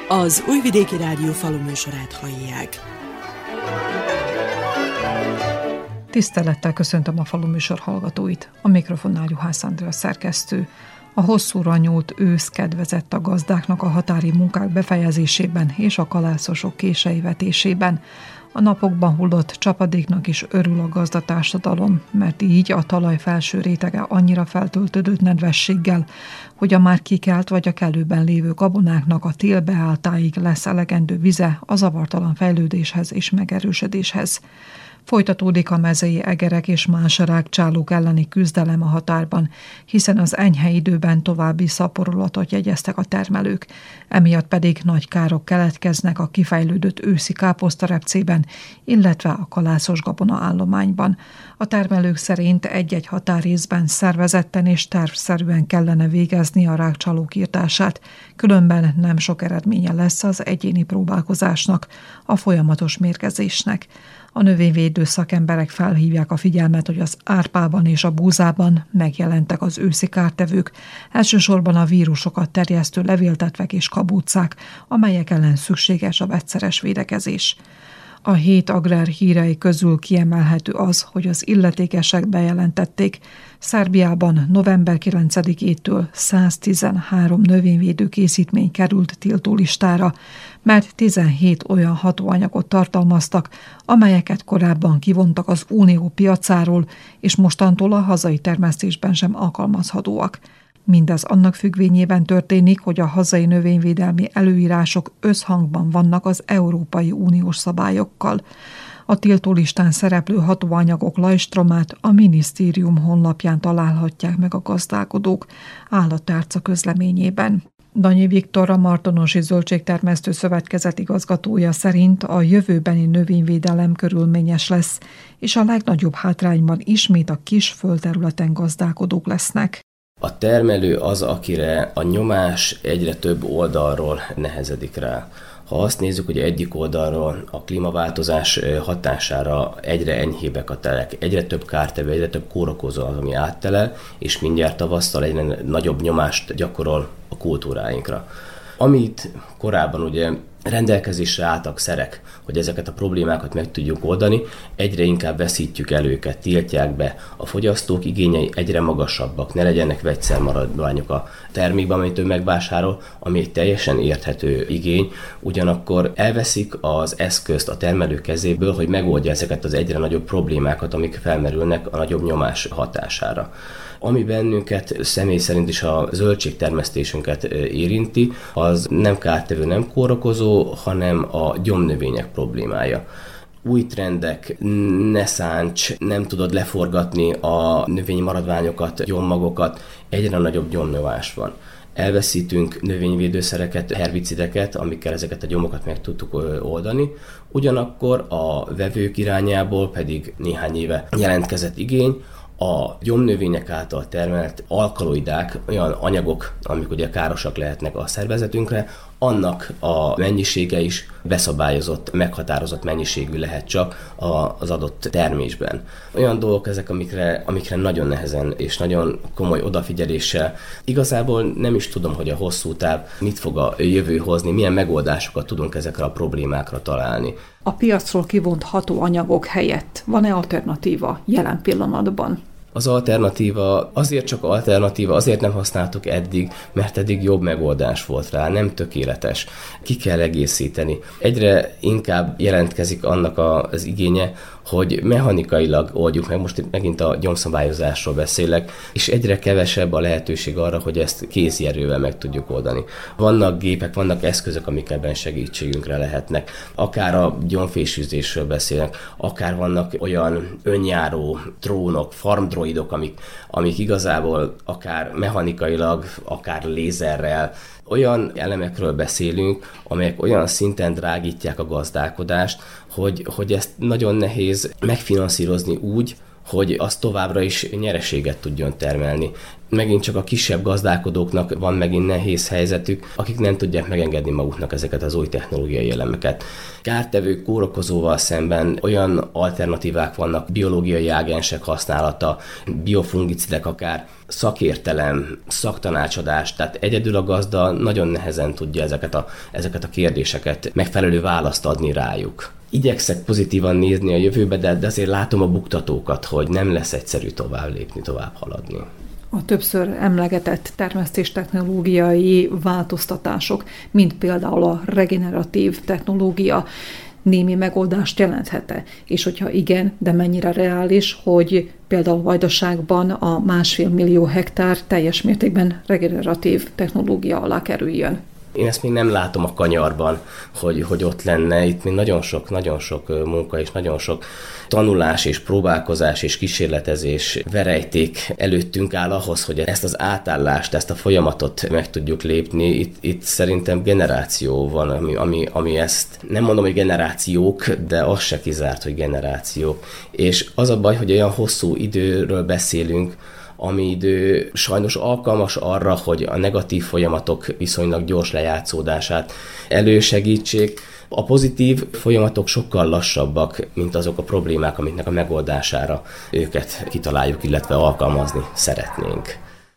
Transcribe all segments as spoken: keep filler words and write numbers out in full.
Az Újvidéki Rádió faluműsorát hallják. Tisztelettel köszöntöm a faluműsor hallgatóit. A mikrofonnál Juhász Andrea szerkesztő. A hosszúra nyúlt ősz kedvezett a gazdáknak a határi munkák befejezésében és a kalászosok kései vetésében. A napokban hullott csapadéknak is örül a gazdatársadalom, mert így a talaj felső rétege annyira feltöltődött nedvességgel, hogy a már kikelt vagy a kellőben lévő gabonáknak a tél beálltáig lesz elegendő vize a zavartalan fejlődéshez és megerősödéshez. Folytatódik a mezei egerek és más rágcsálók elleni küzdelem a határban, hiszen az enyhe időben további szaporulatot jegyeztek a termelők, emiatt pedig nagy károk keletkeznek a kifejlődött őszi káposztarepcében, illetve a kalászos gabona állományban. A termelők szerint egy-egy határrészben szervezetten és tervszerűen kellene végezni a rágcsálók írtását, különben nem sok eredménye lesz az egyéni próbálkozásnak, a folyamatos mérgezésnek. A növényvédő szakemberek felhívják a figyelmet, hogy az árpában és a búzában megjelentek az őszi kártevők, elsősorban a vírusokat terjesztő levéltetvek és kabóccák, amelyek ellen szükséges a vegyszeres védekezés. A hét agrár hírei közül kiemelhető az, hogy az illetékesek bejelentették, Szerbiában november kilencedikétől száztizenhárom növényvédő készítmény került tiltólistára, mert tizenhét olyan hatóanyagot tartalmaztak, amelyeket korábban kivontak az unió piacáról, és mostantól a hazai termesztésben sem alkalmazhatóak. Mindez annak függvényében történik, hogy a hazai növényvédelmi előírások összhangban vannak az Európai Uniós szabályokkal. A tiltólistán szereplő hatóanyagok lajstromát a minisztérium honlapján találhatják meg a gazdálkodók, áll a tárca közleményében. Danyi Viktor, a Martonosi Zöldségtermesztő Szövetkezet igazgatója szerint a jövőbeni növényvédelem körülményes lesz, és a legnagyobb hátrányban ismét a kis földterületen gazdálkodók lesznek. A termelő az, akire a nyomás egyre több oldalról nehezedik rá. Ha azt nézzük, hogy egyik oldalról a klímaváltozás hatására egyre enyhébbek a telek, egyre több kártevő, egyre több kórokozó az, ami áttelel, és mindjárt tavasszal egyre nagyobb nyomást gyakorol a kultúráinkra. Amit korábban ugye rendelkezésre álltak szerek, hogy ezeket a problémákat meg tudjuk oldani, egyre inkább veszítjük el őket, tiltják be. A fogyasztók igényei egyre magasabbak, ne legyenek vegyszermaradványok a termékben, amit ő megvásárol, ami egy teljesen érthető igény, ugyanakkor elveszik az eszközt a termelő kezéből, hogy megoldja ezeket az egyre nagyobb problémákat, amik felmerülnek a nagyobb nyomás hatására. Ami bennünket személy szerint is a zöldségtermesztésünket érinti, az nem kártevő, nem kórokozó, hanem a gyomnövények problémája. Új trendek, ne szánts, nem tudod leforgatni a növényi maradványokat, gyommagokat, egyre nagyobb gyomnyomás van. Elveszítünk növényvédőszereket, herbicideket, amikkel ezeket a gyomokat meg tudtuk oldani. Ugyanakkor a vevők irányából pedig néhány éve jelentkezett igény, a gyomnövények által termelt alkaloidák, olyan anyagok, amik ugye károsak lehetnek a szervezetünkre, annak a mennyisége is beszabályozott, meghatározott mennyiségű lehet csak az adott termésben. Olyan dolgok ezek, amikre, amikre nagyon nehezen és nagyon komoly odafigyeléssel. Igazából nem is tudom, hogy a hosszú táv mit fog a jövő hozni, milyen megoldásokat tudunk ezekre a problémákra találni. A piacról kivont hatóanyagok helyett van-e alternatíva jelen pillanatban? Az alternatíva azért csak alternatíva, azért nem használtuk eddig, mert eddig jobb megoldás volt rá, nem tökéletes. Ki kell egészíteni. Egyre inkább jelentkezik annak az igénye, hogy mechanikailag oldjuk meg, most megint a gyomszabályozásról beszélek, és egyre kevesebb a lehetőség arra, hogy ezt kézi erővel meg tudjuk oldani. Vannak gépek, vannak eszközök, amik ebben segítségünkre lehetnek. Akár a gyomfésűzésről beszélek, akár vannak olyan önjáró drónok, farmdroidok, amik, amik igazából akár mechanikailag, akár lézerrel, olyan elemekről beszélünk, amelyek olyan szinten drágítják a gazdálkodást, hogy, hogy ezt nagyon nehéz megfinanszírozni úgy, hogy az továbbra is nyereséget tudjon termelni. Megint csak a kisebb gazdálkodóknak van megint nehéz helyzetük, akik nem tudják megengedni maguknak ezeket az új technológiai elemeket. Kártevő kórokozóval szemben olyan alternatívák vannak, biológiai ágensek használata, biofungicidek akár, szakértelem, szaktanácsadás, tehát egyedül a gazda nagyon nehezen tudja ezeket a, ezeket a kérdéseket megfelelő választ adni rájuk. Igyekszek pozitívan nézni a jövőbe, de azért látom a buktatókat, hogy nem lesz egyszerű tovább lépni, tovább haladni. A többször emlegetett termesztéstechnológiai változtatások, mint például a regeneratív technológia, némi megoldást jelenthet-e? És hogyha igen, de mennyire reális, hogy például Vajdaságban a másfél millió hektár teljes mértékben regeneratív technológia alá kerüljön? Én ezt még nem látom a kanyarban, hogy, hogy ott lenne. Itt még nagyon sok, nagyon sok munka és nagyon sok tanulás és próbálkozás és kísérletezés, verejték előttünk áll ahhoz, hogy ezt az átállást, ezt a folyamatot meg tudjuk lépni. Itt, itt szerintem generáció van, ami, ami, ami ezt, nem mondom, hogy generációk, de az se kizárt, hogy generációk. És az a baj, hogy olyan hosszú időről beszélünk, ami idő sajnos alkalmas arra, hogy a negatív folyamatok viszonylag gyors lejátszódását elősegítsék. A pozitív folyamatok sokkal lassabbak, mint azok a problémák, amiknek a megoldására őket kitaláljuk, illetve alkalmazni szeretnénk.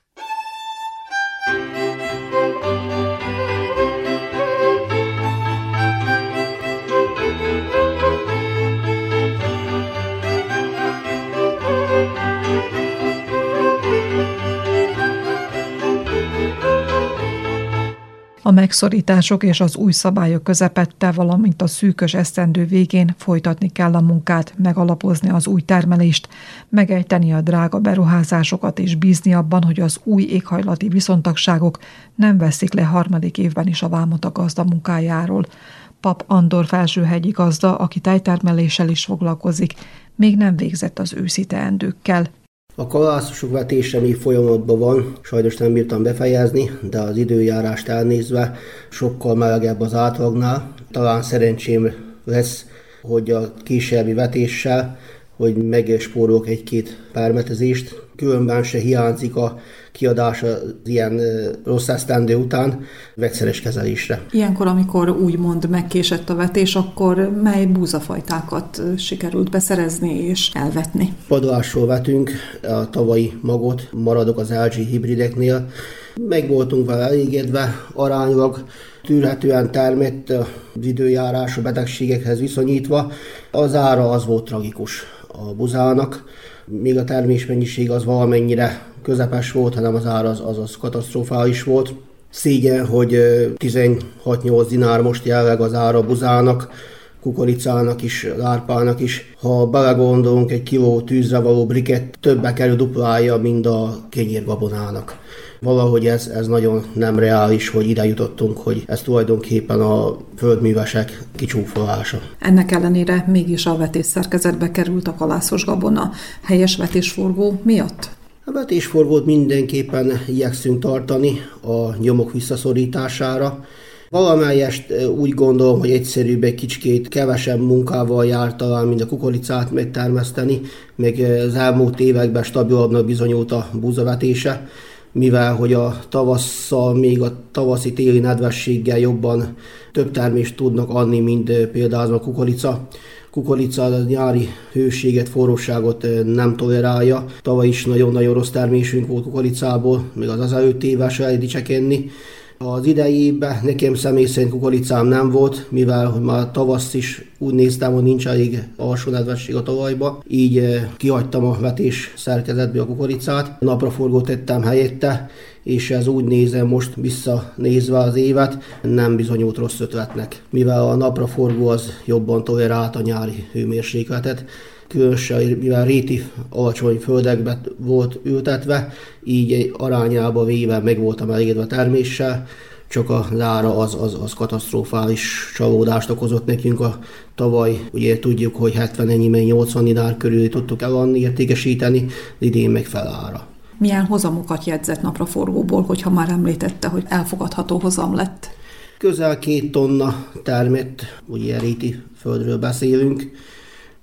A megszorítások és az új szabályok közepette, valamint a szűkös esztendő végén folytatni kell a munkát, megalapozni az új termelést, megejteni a drága beruházásokat és bízni abban, hogy az új éghajlati viszontagságok nem veszik le harmadik évben is a vámot a gazda munkájáról. Pap Andor felsőhegyi gazda, aki tejtermeléssel is foglalkozik, még nem végzett az őszi teendőkkel. A kalászosok vetése még folyamatban van, sajnos nem bírtam befejezni, de az időjárást elnézve sokkal melegebb az átlagnál. Talán szerencsém lesz, hogy a kísérleti vetéssel, hogy megspórolok egy-két permetezést, különben se hiányzik a kiadás az ilyen rossz esztendő után vegyszeres kezelésre. Ilyenkor, amikor úgymond megkésett a vetés, akkor mely búzafajtákat sikerült beszerezni és elvetni? Padlásról vetünk a tavalyi magot, maradok az el gé hibrideknél. Meg voltunk vele elégedve, aránylag tűrhetően termett az időjárás a betegségekhez viszonyítva. Az ára az volt tragikus a buzának, még a termésmennyiség az valamennyire közepes volt, hanem az ára az, az, az katasztrofális volt. Szégyen, hogy tizenhat-nyolc dinár most jelenleg az ára a buzának, kukoricának is, lárpának is. Ha belegondolunk, egy kiló tűzre való briket többe kerül duplája, mint a kenyérgabonának. Valahogy ez, ez nagyon nem reális, hogy ide jutottunk, hogy ez tulajdonképpen a földművesek kicsúfolása. Ennek ellenére mégis a vetésszerkezetbe került a kalászos gabona. Helyes vetésforgó miatt? A vetésforgót mindenképpen igyekszünk tartani a nyomok visszaszorítására. Valamelyest úgy gondolom, hogy egyszerűbb egy kicsikét kevesebb munkával jár talán, mint a kukoricát megtermeszteni, meg az elmúlt években stabilabbnak bizonyult a búzavetése, mivel hogy a tavasszal, még a tavaszi-téli nedvességgel jobban több termést tudnak adni, mint például a kukorica. Kukorica a nyári hőséget, forróságot nem tolerálja. Tavaly is nagyon-nagyon rossz termésünk volt kukoricából, még az az előtt évvel se lehet dicsekedni. Az idei évben nekem személy szerint kukoricám nem volt, mivel hogy már tavasz is úgy néztem, hogy nincs elég alsó nedvesség a talajba. Így kihagytam a vetés szerkezetbe a kukoricát, napraforgót tettem helyette, és ez úgy nézem most visszanézve az évet, nem bizonyult rossz ötletnek, mivel a napraforgó az jobban tolerált a nyári hőmérsékletet. Különösen, mivel réti alacsony földekbe volt ültetve, így arányába véve meg voltam elégedve terméssel, csak a ára az, az, az katasztrofális csalódást okozott nekünk a tavaly. Ugye tudjuk, hogy hetven nyolcvan dinár körül tudtuk eladni, értékesíteni, idén meg felára. Milyen hozamokat jegyzett napraforgóból, hogyha már említette, hogy elfogadható hozam lett? Közel két tonna termett, ugye réti földről beszélünk.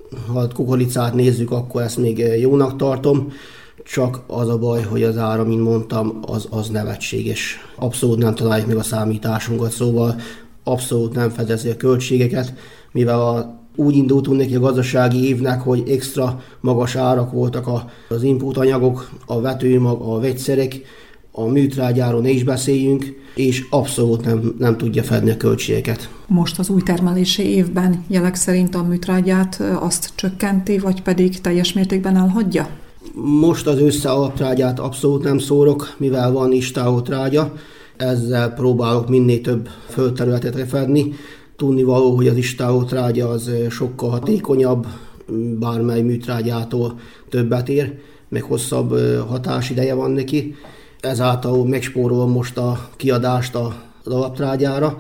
Ha a kukoricát nézzük, akkor ezt még jónak tartom, csak az a baj, hogy az ára, mint mondtam, az, az nevetséges. Abszolút nem találjuk meg a számításunkat, szóval abszolút nem fedezi a költségeket, mivel a úgy indultunk neki a gazdasági évnek, hogy extra magas árak voltak az inputanyagok, a vetőmag, a vegyszerek, a műtrágyáról ne is beszéljünk, és abszolút nem, nem tudja fedni a költségeket. Most az új termelési évben jelek szerint a műtrágyát azt csökkenti, vagy pedig teljes mértékben elhagyja? Most az össze alaptrágyát abszolút nem szórok, mivel van istáótrágya, ezzel próbálok minél több földterületet lefedni. Tudnivaló, hogy az istáótrágya az sokkal hatékonyabb, bármely műtrágyától többet ér, meg hosszabb hatásideje van neki. Ezáltal megspórolom most a kiadást az alaptrágyára.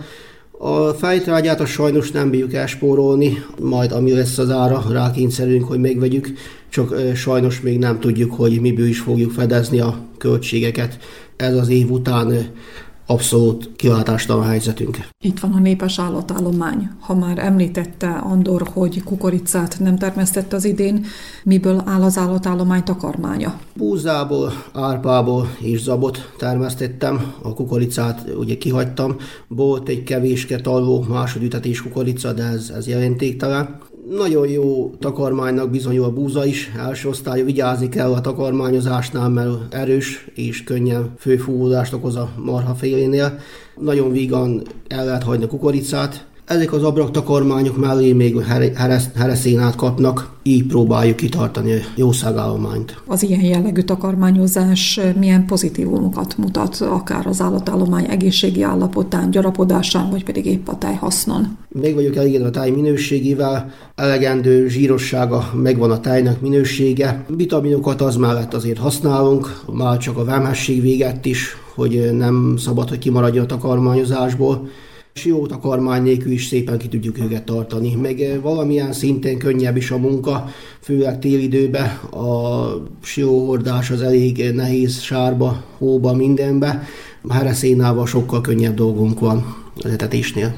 A fejtrágyát azt sajnos nem bírjuk elspórolni, majd ami lesz az ára, rákényszerülünk, hogy megvegyük, csak sajnos még nem tudjuk, hogy miből is fogjuk fedezni a költségeket. Ez az év után abszolút kilátástalan helyzetünk. Itt van a népes állatállomány. Ha már említette Andor, hogy kukoricát nem termesztett az idén, miből áll az állatállomány takarmánya? Búzából, árpából és zabot termesztettem, a kukoricát ugye kihagytam. Volt egy kevéske talvó másodütetés kukorica, de ez, ez jelentéktelen. Nagyon jó takarmánynak bizonyul a búza is, első osztálya, vigyázni kell a takarmányozásnál, mert erős és könnyen főfúvódást okoz a marhafélénél. Nagyon vígan el lehet hagyni a kukoricát. Ezek az abraktakarmányok mellé még hereszénát kapnak, így próbáljuk kitartani a jószágállományt. Az ilyen jellegű takarmányozás milyen pozitívumokat mutat, akár az állatállomány egészségi állapotán, gyarapodásán, vagy pedig épp a tejhasznon? Meg vagyok elégedve a táj minőségével, elegendő zsírossága, megvan a tájnak minősége. Vitaminokat az mellett azért használunk, már csak a vámhesség véget is, hogy nem szabad, hogy kimaradjon a takarmányozásból. És jó takarmány nélkül is szépen ki tudjuk őket tartani. Meg valamilyen szinten könnyebb is a munka, főleg télidőben. A sióhordás az elég nehéz sárba, hóba, mindenbe. A hereszénával sokkal könnyebb dolgunk van az etetésnél.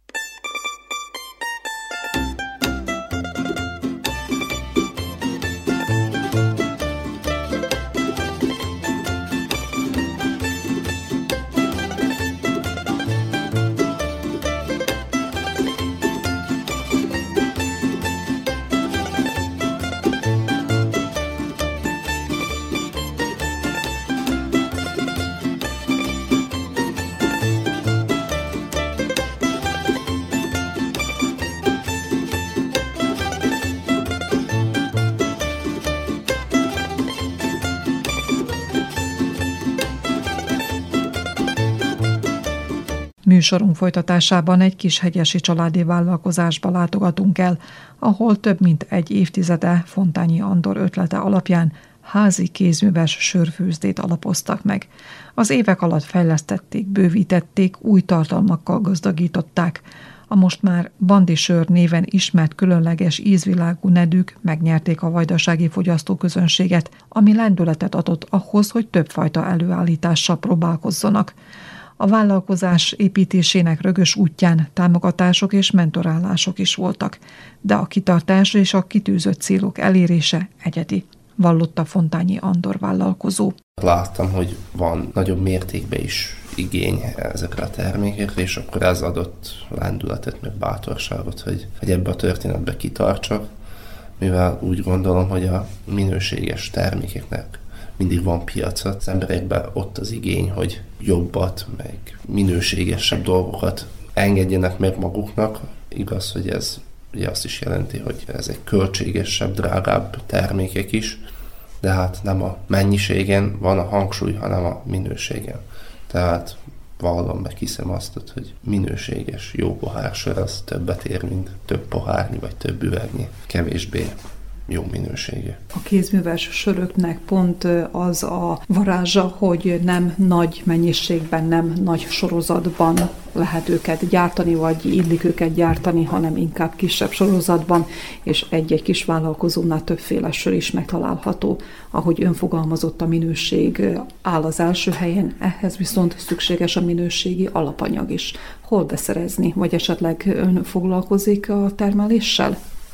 Műsorunk folytatásában egy kishegyesi családi vállalkozásba látogatunk el, ahol több mint egy évtizede Fontányi Andor ötlete alapján házi kézműves sörfőzdét alapoztak meg. Az évek alatt fejlesztették, bővítették, új tartalmakkal gazdagították. A most már Bandi Sör néven ismert különleges ízvilágú nedűk megnyerték a vajdasági fogyasztóközönséget, ami lendületet adott ahhoz, hogy többfajta előállítással próbálkozzanak. A vállalkozás építésének rögös útján támogatások és mentorálások is voltak, de a kitartás és a kitűzött célok elérése egyedi, vallotta Fontányi Andor vállalkozó. Láttam, hogy van nagyobb mértékben is igény ezekre a termékekre, és akkor ez adott lendületet, meg bátorságot, hogy, hogy ebbe a történetbe kitartsak, mivel úgy gondolom, hogy a minőséges termékeknek mindig van piaca. Az emberekben ott az igény, hogy jobbat, meg minőségesebb dolgokat engedjenek meg maguknak. Igaz, hogy ez ugye azt is jelenti, hogy ezek költségesebb, drágább termékek is, de hát nem a mennyiségen van a hangsúly, hanem a minőségen. Tehát vallom meg, hiszem azt, hogy minőséges, jó pohársör az többet ér, mint több pohárnyi vagy több üvegnyi, kevésbé jó minősége. A kézműves söröknek pont az a varázsa, hogy nem nagy mennyiségben, nem nagy sorozatban lehet őket gyártani, vagy illik őket gyártani, hanem inkább kisebb sorozatban, és egy-egy kis vállalkozónál többféle sör is megtalálható. Ahogy ön fogalmazott, a minőség áll az első helyen, ehhez viszont szükséges a minőségi alapanyag is. Hol beszerezni, vagy esetleg ön foglalkozik a termeléssel?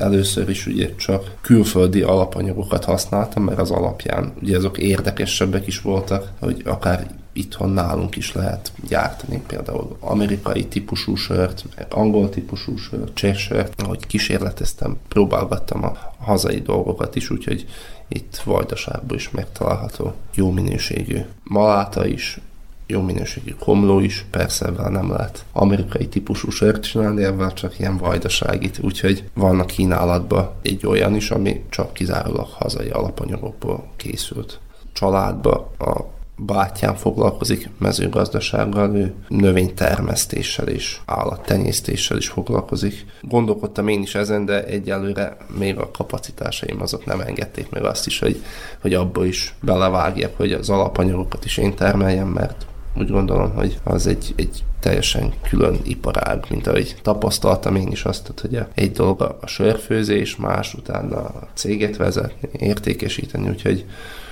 Először is ugye csak külföldi alapanyagokat használtam, mert az alapján ugye azok érdekesebbek is voltak, hogy akár itthon nálunk is lehet gyártani, például amerikai típusú sört, angol típusú sört, cseh sört. Ahogy kísérleteztem, próbálgattam a hazai dolgokat is, úgyhogy itt Vajdaságban is megtalálható jó minőségű maláta is, jó minőségű komló is, persze ebben nem lehet amerikai típusú sört csinálni, ebben csak ilyen vajdaságit, úgyhogy van a kínálatban egy olyan is, ami csak kizárólag hazai alapanyagokból készült. Családban a bátyám foglalkozik mezőgazdasággal, ő növénytermesztéssel és állattenyésztéssel is foglalkozik. Gondolkodtam én is ezen, de egyelőre még a kapacitásaim azok nem engedték meg azt is, hogy, hogy abba is belevágjak, hogy az alapanyagokat is én termeljem, mert úgy gondolom, hogy az egy, egy teljesen külön iparág, mint ahogy tapasztaltam én is azt, hogy egy dolog a sörfőzés, más utána a céget vezetni, értékesíteni, úgyhogy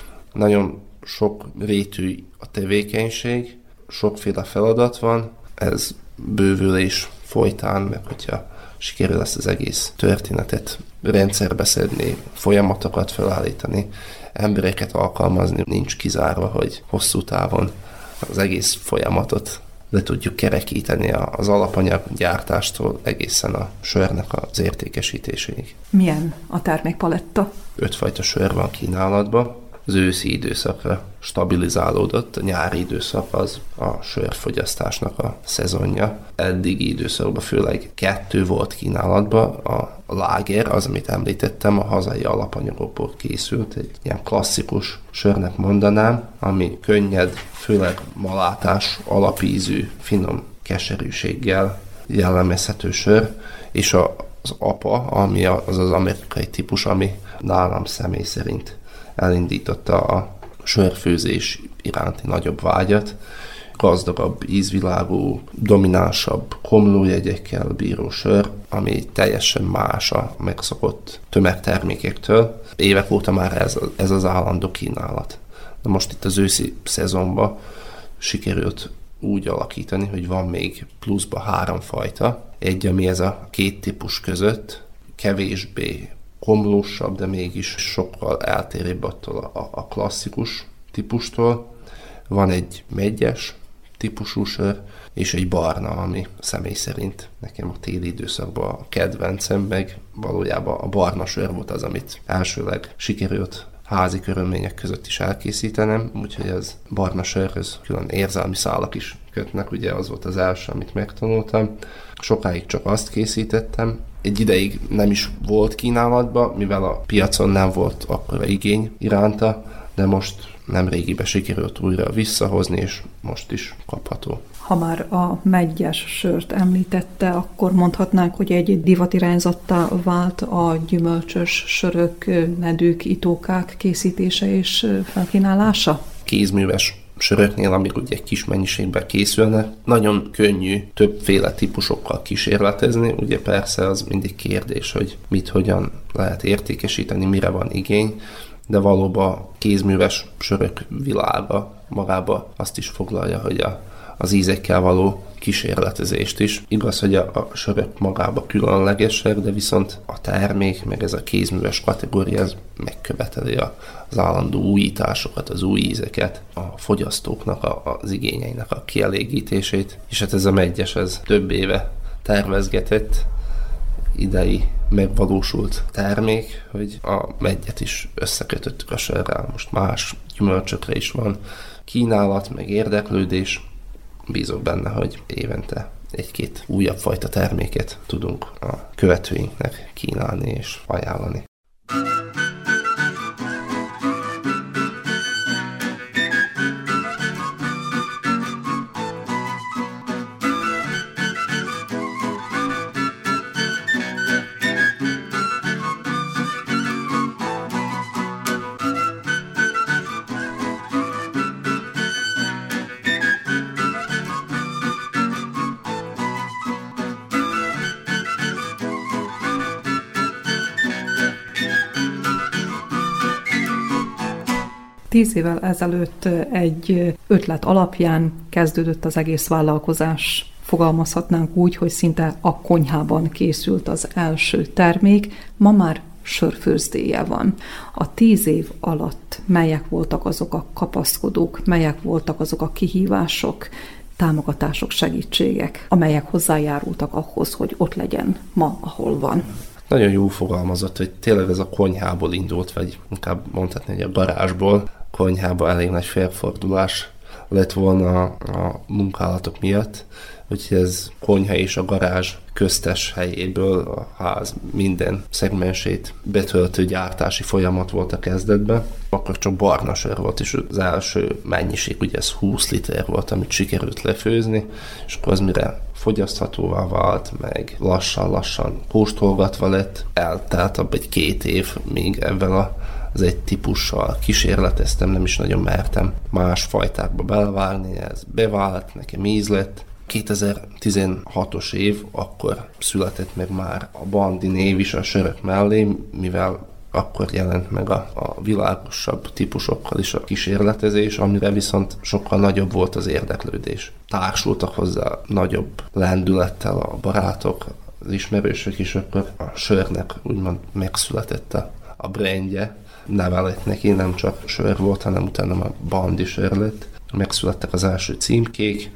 nagyon sok rétű a tevékenység, sokféle feladat van, ez bővülés folytán, meg hogyha sikerül ezt az egész történetet rendszerbe szedni, folyamatokat felállítani, embereket alkalmazni, nincs kizárva, hogy hosszú távon az egész folyamatot le tudjuk kerekíteni az alapanyag gyártástól egészen a sörnek az értékesítéséig. Milyen a termékpaletta? Ötfajta sör van kínálatban. Az őszi időszakra stabilizálódott, a nyári időszak az a sörfogyasztásnak a szezonja. Eddigi időszakban főleg kettő volt kínálatban, a láger, az, amit említettem, a hazai alapanyagokból készült, egy ilyen klasszikus sörnek mondanám, ami könnyed, főleg malátás, alapízű, finom keserűséggel jellemezhető sör, és a, az apa, ami az az amerikai típus, ami nálam személy szerint elindította a sörfőzés iránti nagyobb vágyat, gazdagabb, ízvilágú, dominánsabb komlójegyekkel bíró sör, ami teljesen más a megszokott tömegtermékektől. Évek óta már ez, ez az állandó kínálat. De most itt az őszi szezonban sikerült úgy alakítani, hogy van még pluszba három fajta. Egy, ami ez a két típus között kevésbé komlósabb, de mégis sokkal eltérőbb attól a, a klasszikus típustól. Van egy meggyes típusú sör, és egy barna, ami személy szerint nekem a téli időszakban a kedvencem, meg valójában a barna sör volt az, amit elsőleg sikerült házi körülmények között is elkészítenem, úgyhogy az barna sörhöz külön érzelmi szálak is kötnek, ugye az volt az első, amit megtanultam. Sokáig csak azt készítettem, egy ideig nem is volt kínálatban, mivel a piacon nem volt akkora igény iránta, de most nemrégiben sikerült újra visszahozni, és most is kapható. Ha már a meggyes sört említette, akkor mondhatnánk, hogy egy divatirányzattá vált a gyümölcsös sörök, nedűk, itókák készítése és felkínálása? Kézműves söröknél, amik ugye kis mennyiségben készülnek, nagyon könnyű többféle típusokkal kísérletezni, ugye persze az mindig kérdés, hogy mit, hogyan lehet értékesíteni, mire van igény, de valóban kézműves sörök világa magába azt is foglalja, hogy a, az ízekkel való kísérletezést is. Igaz, hogy a, a sörök magába különlegesek, de viszont a termék, meg ez a kézműves kategória, ez megköveteli a, az állandó újításokat, az új ízeket, a fogyasztóknak a, az igényeinek a kielégítését. És hát ez a meggyes, ez több éve tervezgetett, idei megvalósult termék, hogy a meggyet is összekötöttük a sörrel. Most más gyümölcsökre is van kínálat, meg érdeklődés. Bízok benne, hogy évente egy-két újabb fajta terméket tudunk a követőinknek kínálni és ajánlani. Tíz évvel ezelőtt egy ötlet alapján kezdődött az egész vállalkozás Fogalmazhatnánk úgy, hogy szinte a konyhában készült az első termék, ma már sörfőzdéje van. A tíz év alatt melyek voltak azok a kapaszkodók, melyek voltak azok a kihívások, támogatások, segítségek, amelyek hozzájárultak ahhoz, hogy ott legyen ma, ahol van? Nagyon jó fogalmazott, hogy tényleg ez a konyhából indult, vagy inkább mondhatni, hogy a garázsból. Konyhába elég nagy félfordulás lett volna a munkálatok miatt, úgyhogy ez konyha és a garázs köztes helyéből a ház minden szegmensét betöltő gyártási folyamat volt a kezdetben. Akkor csak barna sör volt, és az első mennyiség, ugye ez húsz liter volt, amit sikerült lefőzni, és akkor az mire fogyaszthatóvá vált, meg lassan-lassan kóstolgatva lett, eltelt abba egy két év, míg ebben a az egy típussal kísérleteztem, nem is nagyon mertem más fajtákba belevágni, ez bevált, nekem íz lett. kétezer-tizenhatos év, akkor született meg már a Bandi név is a sörök mellé, mivel akkor jelent meg a, a világosabb típusokkal is a kísérletezés, amire viszont sokkal nagyobb volt az érdeklődés. Társultak hozzá nagyobb lendülettel a barátok, az ismerősök is, akkor a sörnek úgymond megszületett a, a brandje, neve lett neki, nem csak sör volt, hanem utána a Bandi sör lett. Megszülettek az első címkék,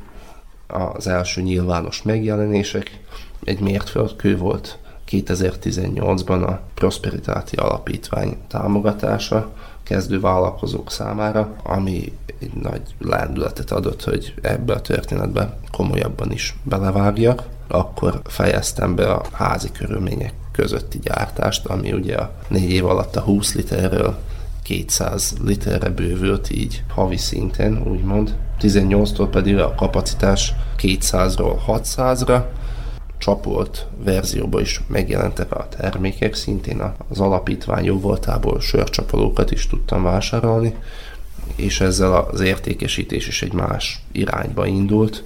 az első nyilvános megjelenések. Egy mértföldkő volt kétezer-tizennyolcban a Prosperitáti Alapítvány támogatása kezdő vállalkozók számára, ami egy nagy lendületet adott, hogy ebbe a történetbe komolyabban is belevágjak. Akkor fejeztem be a házi körülmények közötti gyártást, ami ugye a négy év alatt a húsz literről kétszáz literre bővült így havi szinten, úgymond. tizennyolctól pedig a kapacitás kétszázról hatszázra, csapolt verzióban is megjelentek a termékek, szintén az alapítvány jóvoltából sörcsapolókat is tudtam vásárolni, és ezzel az értékesítés is egy más irányba indult.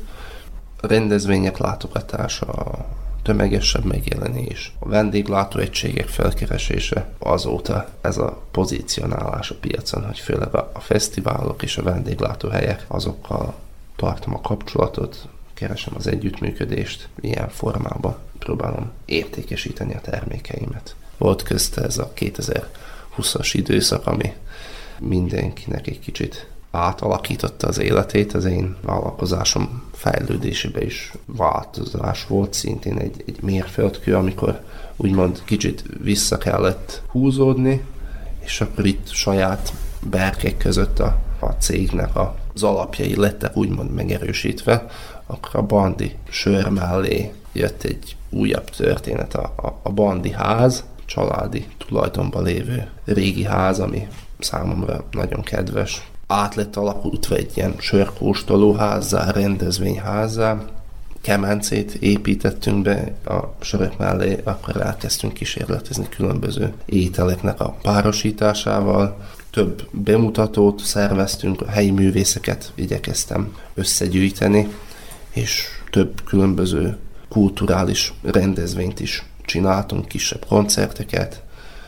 A rendezvények látogatása, tömegesebb megjelenés, a vendéglátóegységek felkeresése, azóta ez a pozícionálás a piacon, hogy főleg a fesztiválok és a vendéglátóhelyek, azokkal tartom a kapcsolatot, keresem az együttműködést, ilyen formában próbálom értékesíteni a termékeimet. Volt közte ez a kétezer-húszas időszak, ami mindenkinek egy kicsit átalakította az életét, az én vállalkozásom fejlődésében is változás volt, szintén egy, egy mérföldkő, amikor úgymond kicsit vissza kellett húzódni, és akkor itt saját berkek között a, a cégnek az alapjai lettek úgymond megerősítve, akkor a Bandi sör mellé jött egy újabb történet, a, a, a Bandi ház, családi tulajdonban lévő régi ház, ami számomra nagyon kedves. Át lett alakultva egy ilyen sörkóstolóházzá, rendezvényházzá, kemencét építettünk be a sörök mellé, akkor elkezdtünk kísérletezni különböző ételeknek a párosításával. Több bemutatót szerveztünk, a helyi művészeket igyekeztem összegyűjteni, és több különböző kulturális rendezvényt is csináltunk, kisebb koncerteket,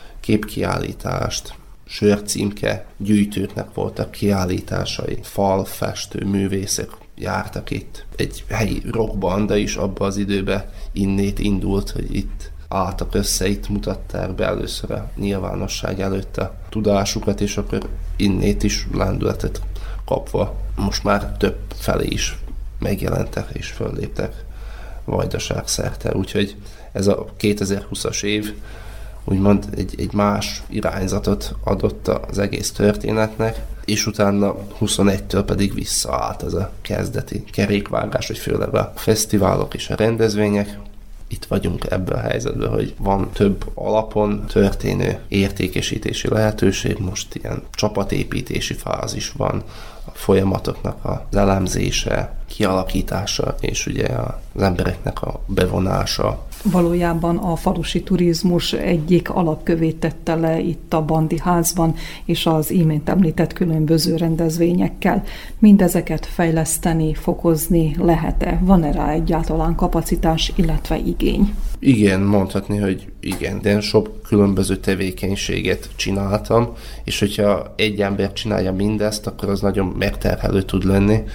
képkiállítást, sörcímke gyűjtőknek voltak kiállításai, falfestő művészek jártak itt. Egy helyi rockbanda is abban az időben innét indult, hogy itt álltak össze, itt mutatták be először a nyilvánosság előtt a tudásukat, és akkor innét is lendületet kapva. Most már több felé is megjelentek és fölléptek Vajdaság szerte, úgyhogy ez a kétezer-húszas év úgymond egy, egy más irányzatot adott az egész történetnek, és utána huszonegytől pedig visszaállt ez a kezdeti kerékvágás, hogy főleg a fesztiválok és a rendezvények. Itt vagyunk ebben a helyzetben, hogy van több alapon történő értékesítési lehetőség, most ilyen csapatépítési fázis van, a folyamatoknak az elemzése, kialakítása, és ugye az embereknek a bevonása. Valójában a falusi turizmus egyik alapkövét tette le itt a Bandi házban, és az imént említett különböző rendezvényekkel. Mindezeket fejleszteni, fokozni lehet-e? Van-e rá egyáltalán kapacitás, illetve igény? Igen, mondhatni, hogy igen, de sok különböző tevékenységet csináltam, és hogyha egy ember csinálja mindezt, akkor az nagyon megterhelő tud lenni,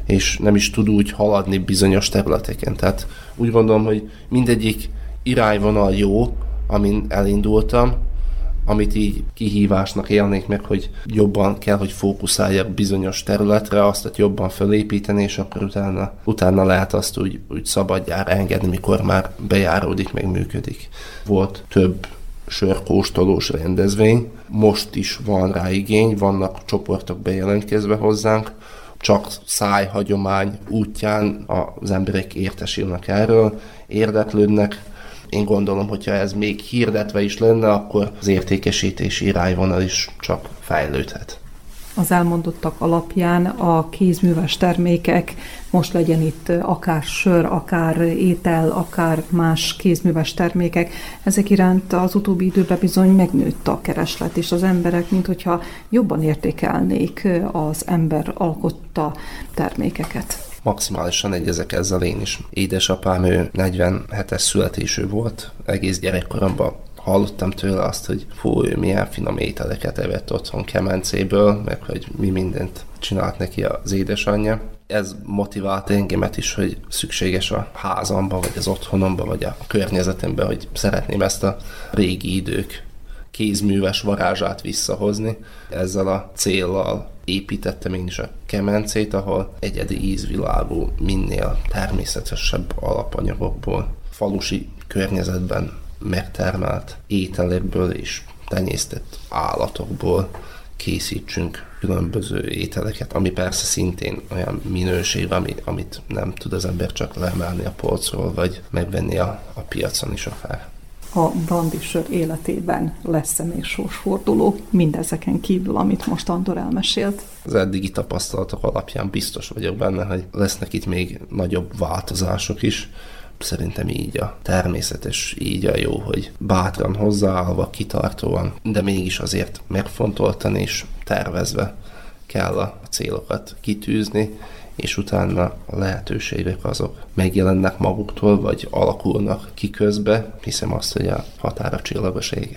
és nem is tud úgy haladni bizonyos területeken. Tehát úgy gondolom, hogy mindegyik irányvonal jó, amin elindultam, amit így kihívásnak élnék meg, hogy jobban kell, hogy fókuszáljak bizonyos területre, azt jobban felépíteni, és akkor utána, utána lehet azt úgy, úgy szabadjára engedni, mikor már bejáródik, meg működik. Volt több sörkóstolós rendezvény, most is van rá igény, vannak csoportok bejelentkezve hozzánk, csak szájhagyomány útján az emberek értesülnek erről, érdeklődnek. Én gondolom, hogyha ez még hirdetve is lenne, akkor az értékesítési irányvonal is csak fejlődhet. Az elmondottak alapján a kézműves termékek, most legyen itt akár sör, akár étel, akár más kézműves termékek, ezek iránt az utóbbi időben bizony megnőtt a kereslet, és az emberek, minthogyha jobban értékelnék az ember alkotta termékeket. Maximálisan egyezek ezzel én is. Édesapám, ő negyvenhetes születésű volt, egész gyerekkoromban hallottam tőle azt, hogy fú, ő milyen finom ételeket evett otthon kemencéből, meg hogy mi mindent csinált neki az édesanyja. Ez motivált engemet is, hogy szükséges a házamba, vagy az otthonomba, vagy a környezetembe, hogy szeretném ezt a régi idők kézműves varázsát visszahozni. Ezzel a céllal építettem én is a kemencét, ahol egyedi ízvilágú, minél természetesebb alapanyagokból, falusi környezetben megtermelt ételekből és tenyésztett állatokból készítsünk különböző ételeket, ami persze szintén olyan minőség, ami, amit nem tud az ember csak leemelni a polcról, vagy megvenni a, a piacon is akár. A brandisör életében lesz-e még sorsforduló mindezeken kívül, amit most Andor elmesélt? Az eddigi tapasztalatok alapján biztos vagyok benne, hogy lesznek itt még nagyobb változások is. Szerintem így a természetes, így a jó, hogy bátran hozzáállva, kitartóan, de mégis azért megfontoltan és tervezve kell a célokat kitűzni, és utána a lehetőségek azok megjelennek maguktól, vagy alakulnak ki közbe, hiszem azt, hogy a határa csillagos ég.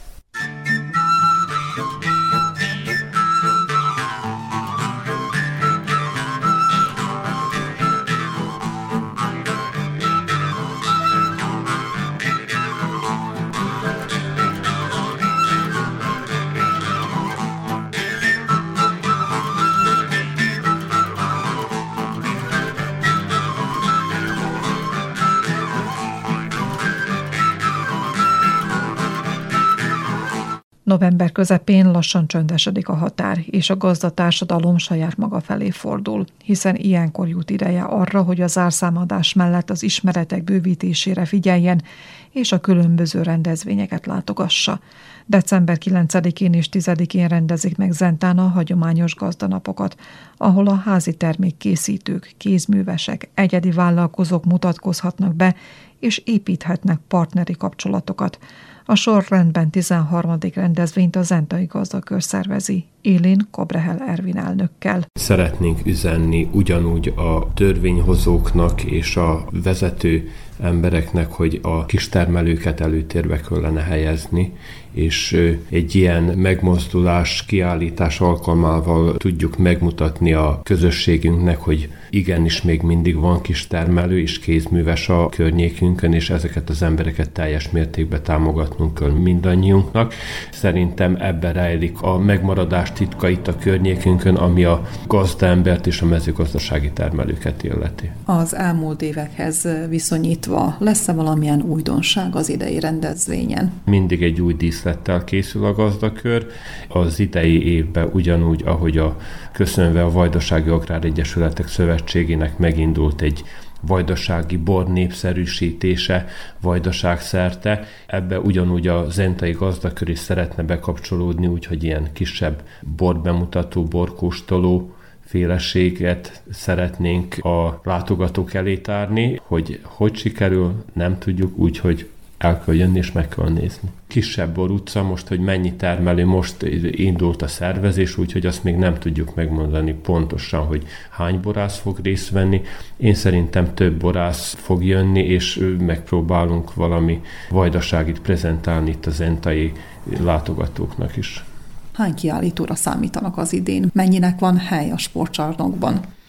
November közepén lassan csöndesedik a határ, és a gazdatársadalom saját maga felé fordul, hiszen ilyenkor jut ideje arra, hogy a zárszámadás mellett az ismeretek bővítésére figyeljen, és a különböző rendezvényeket látogassa. december kilencedikén és tizedikén rendezik meg Zentán a hagyományos gazdanapokat, ahol a házi termékkészítők, kézművesek, egyedi vállalkozók mutatkozhatnak be, és építhetnek partneri kapcsolatokat. A sorrendben tizenharmadik rendezvényt a Zentai Gazdakör szervezi, élén Kobrehel Ervin elnökkel. Szeretnénk üzenni ugyanúgy a törvényhozóknak és a vezető embereknek, hogy a kistermelőket előtérbe kellene helyezni, és egy ilyen megmozdulás, kiállítás alkalmával tudjuk megmutatni a közösségünknek, hogy igenis még mindig van kistermelő és kézműves a környékünkön, és ezeket az embereket teljes mértékben támogatnunk kell mindannyiunknak. Szerintem ebben rejlik a megmaradás titka itt a környékünkön, ami a gazdaembert és a mezőgazdasági termelőket illeti. Az elmúlt évekhez viszonyítva lesz-e valamilyen újdonság az idei rendezvényen? Mindig egy új díszlettel készül a gazdakör. Az idei évben ugyanúgy, ahogy a köszönve a Vajdasági Agráregyesületek Szövetségének megindult egy vajdasági bor népszerűsítése Vajdaság szerte. Ebbe ugyanúgy a Zentai Gazdakör is szeretne bekapcsolódni, úgyhogy ilyen kisebb borbemutató, borkóstoló féleséget szeretnénk a látogatók elé tárni, hogy hogy sikerül, nem tudjuk, úgyhogy el kell jönni és meg kell nézni. Kisebb bor utca, most, hogy mennyi termelő, most indult a szervezés, úgyhogy azt még nem tudjuk megmondani pontosan, hogy hány borász fog részt venni. Én szerintem több borász fog jönni, és megpróbálunk valami vajdaságit prezentálni itt a zentai látogatóknak is. Hány kiállítóra számítanak az idén? Mennyinek van hely a sportcsarnokban?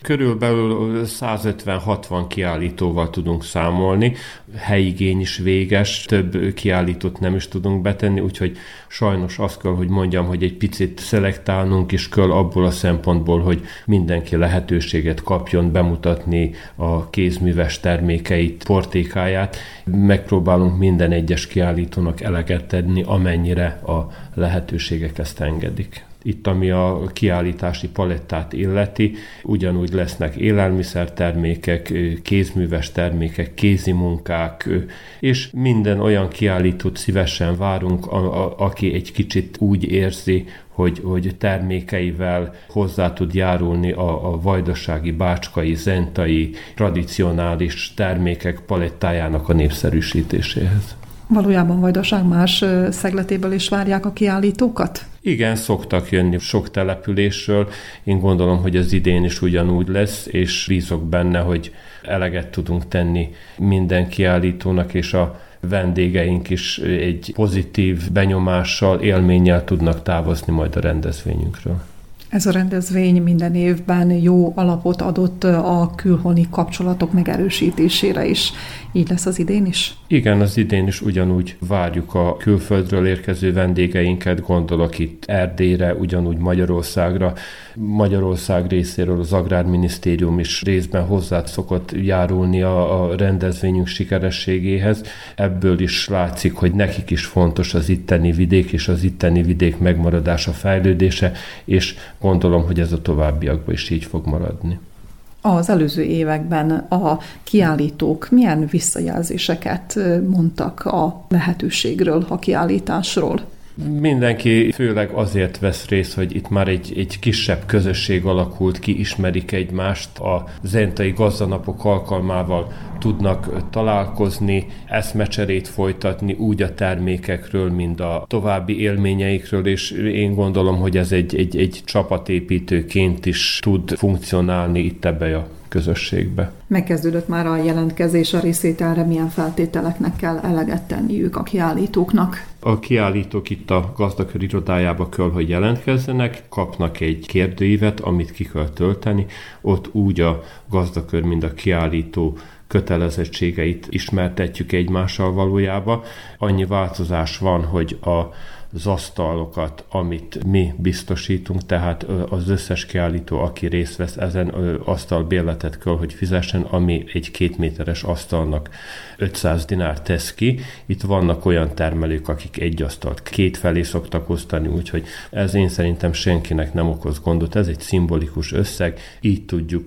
Körülbelül százötven-hatvan kiállítóval tudunk számolni, helyigény is véges, több kiállítót nem is tudunk betenni, úgyhogy sajnos azt kell, hogy mondjam, hogy egy picit szelektálnunk is kell abból a szempontból, hogy mindenki lehetőséget kapjon bemutatni a kézműves termékeit, portékáját. Megpróbálunk minden egyes kiállítónak eleget tenni, amennyire a lehetőségek ezt engedik. Itt, ami a kiállítási palettát illeti, ugyanúgy lesznek élelmiszertermékek, kézműves termékek, kézi munkák, és minden olyan kiállítót szívesen várunk, a, a, aki egy kicsit úgy érzi, hogy, hogy termékeivel hozzá tud járulni a, a vajdasági, bácskai, zentai, tradicionális termékek palettájának a népszerűsítéséhez. Valójában Vajdaság más szegletéből is várják a kiállítókat? Igen, szoktak jönni sok településről. Én gondolom, hogy az idén is ugyanúgy lesz, és bízok benne, hogy eleget tudunk tenni minden kiállítónak, és a vendégeink is egy pozitív benyomással, élménnyel tudnak távozni majd a rendezvényünkről. Ez a rendezvény minden évben jó alapot adott a külhoni kapcsolatok megerősítésére is. Így lesz az idén is? Igen, az idén is ugyanúgy várjuk a külföldről érkező vendégeinket, gondolok itt Erdélyre, ugyanúgy Magyarországra. Magyarország részéről az Agrárminisztérium is részben hozzá szokott járulni a, a rendezvényünk sikerességéhez. Ebből is látszik, hogy nekik is fontos az itteni vidék és az itteni vidék megmaradása, fejlődése, és gondolom, hogy ez a továbbiakban is így fog maradni. Az előző években a kiállítók milyen visszajelzéseket mondtak a lehetőségről, a kiállításról? Mindenki főleg azért vesz részt, hogy itt már egy, egy kisebb közösség alakult ki, ismerik egymást, a zentai gazdanapok alkalmával tudnak találkozni, eszmecserét folytatni úgy a termékekről, mint a további élményeikről, és én gondolom, hogy ez egy, egy, egy csapatépítőként is tud funkcionálni itt ebbe a közösségbe. Megkezdődött már a jelentkezés a részvételre, milyen feltételeknek kell eleget tenniük a kiállítóknak? A kiállítók itt a gazdakör irodájába kell, hogy jelentkezzenek, kapnak egy kérdőívet, amit ki kell tölteni, ott úgy a gazdakör, mint a kiállító kötelezettségeit ismertetjük egymással valójában. Annyi változás van, hogy a az asztalokat, amit mi biztosítunk, tehát az összes kiállító, aki részt vesz ezen asztalbérletet kell, hogy fizessen, ami egy két méteres asztalnak ötszáz dinár tesz ki. Itt vannak olyan termelők, akik egy asztalt két felé szoktak osztani, úgyhogy ez én szerintem senkinek nem okoz gondot. Ez egy szimbolikus összeg, így tudjuk